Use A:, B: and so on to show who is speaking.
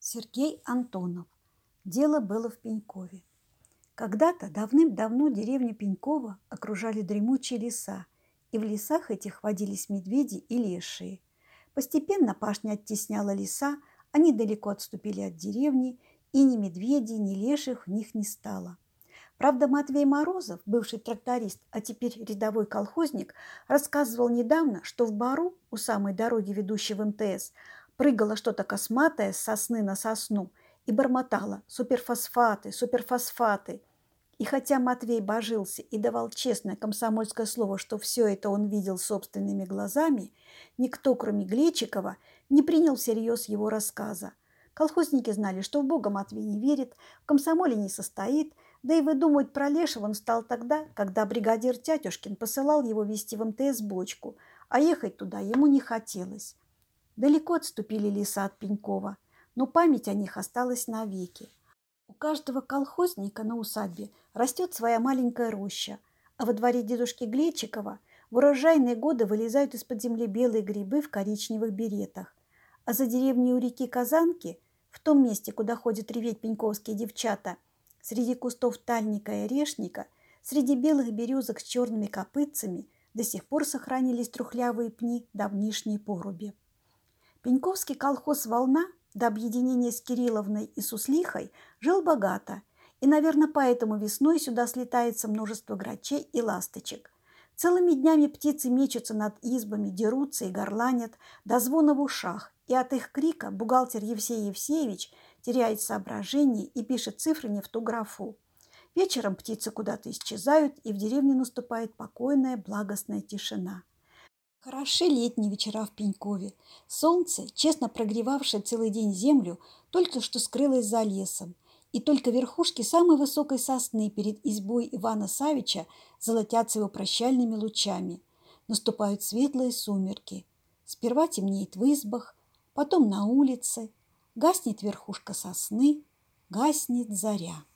A: Сергей Антонов. Дело было в Пенькове. Когда-то давным-давно деревню Пенькова окружали дремучие леса, и в лесах этих водились медведи и лешие. Постепенно пашня оттесняла леса, они далеко отступили от деревни, и ни медведей, ни леших в них не стало. Правда, Матвей Морозов, бывший тракторист, а теперь рядовой колхозник, рассказывал недавно, что в бару у самой дороги, ведущей в МТС, прыгало что-то косматое с сосны на сосну и бормотало «суперфосфаты, суперфосфаты». И хотя Матвей божился и давал честное комсомольское слово, что все это он видел собственными глазами, никто, кроме Глечикова, не принял всерьез его рассказа. Колхозники знали, что в Бога Матвей не верит, в комсомоле не состоит, да и выдумывать про Лешего он стал тогда, когда бригадир Тятюшкин посылал его везти в МТС бочку, а ехать туда ему не хотелось. Далеко отступили леса от Пенькова, но память о них осталась навеки. У каждого колхозника на усадьбе растет своя маленькая роща, а во дворе дедушки Глечикова в урожайные годы вылезают из-под земли белые грибы в коричневых беретах. А за деревней у реки Казанки, в том месте, куда ходят реветь пеньковские девчата, среди кустов тальника и орешника, среди белых березок с черными копытцами до сих пор сохранились трухлявые пни давнишней поруби. Пеньковский колхоз «Волна» до объединения с Кирилловной и Суслихой жил богато, и, наверное, поэтому весной сюда слетается множество грачей и ласточек. Целыми днями птицы мечутся над избами, дерутся и горланят до звона в ушах, и от их крика бухгалтер Евсей Евсеевич теряет соображение и пишет цифры не в ту графу. Вечером птицы куда-то исчезают, и в деревне наступает покойная благостная тишина. Хороши летние вечера в Пенькове. Солнце, честно прогревавшее целый день землю, только что скрылось за лесом, и только верхушки самой высокой сосны перед избой Ивана Савича золотятся его прощальными лучами. Наступают светлые сумерки. Сперва темнеет в избах, потом на улице. Гаснет верхушка сосны, гаснет заря.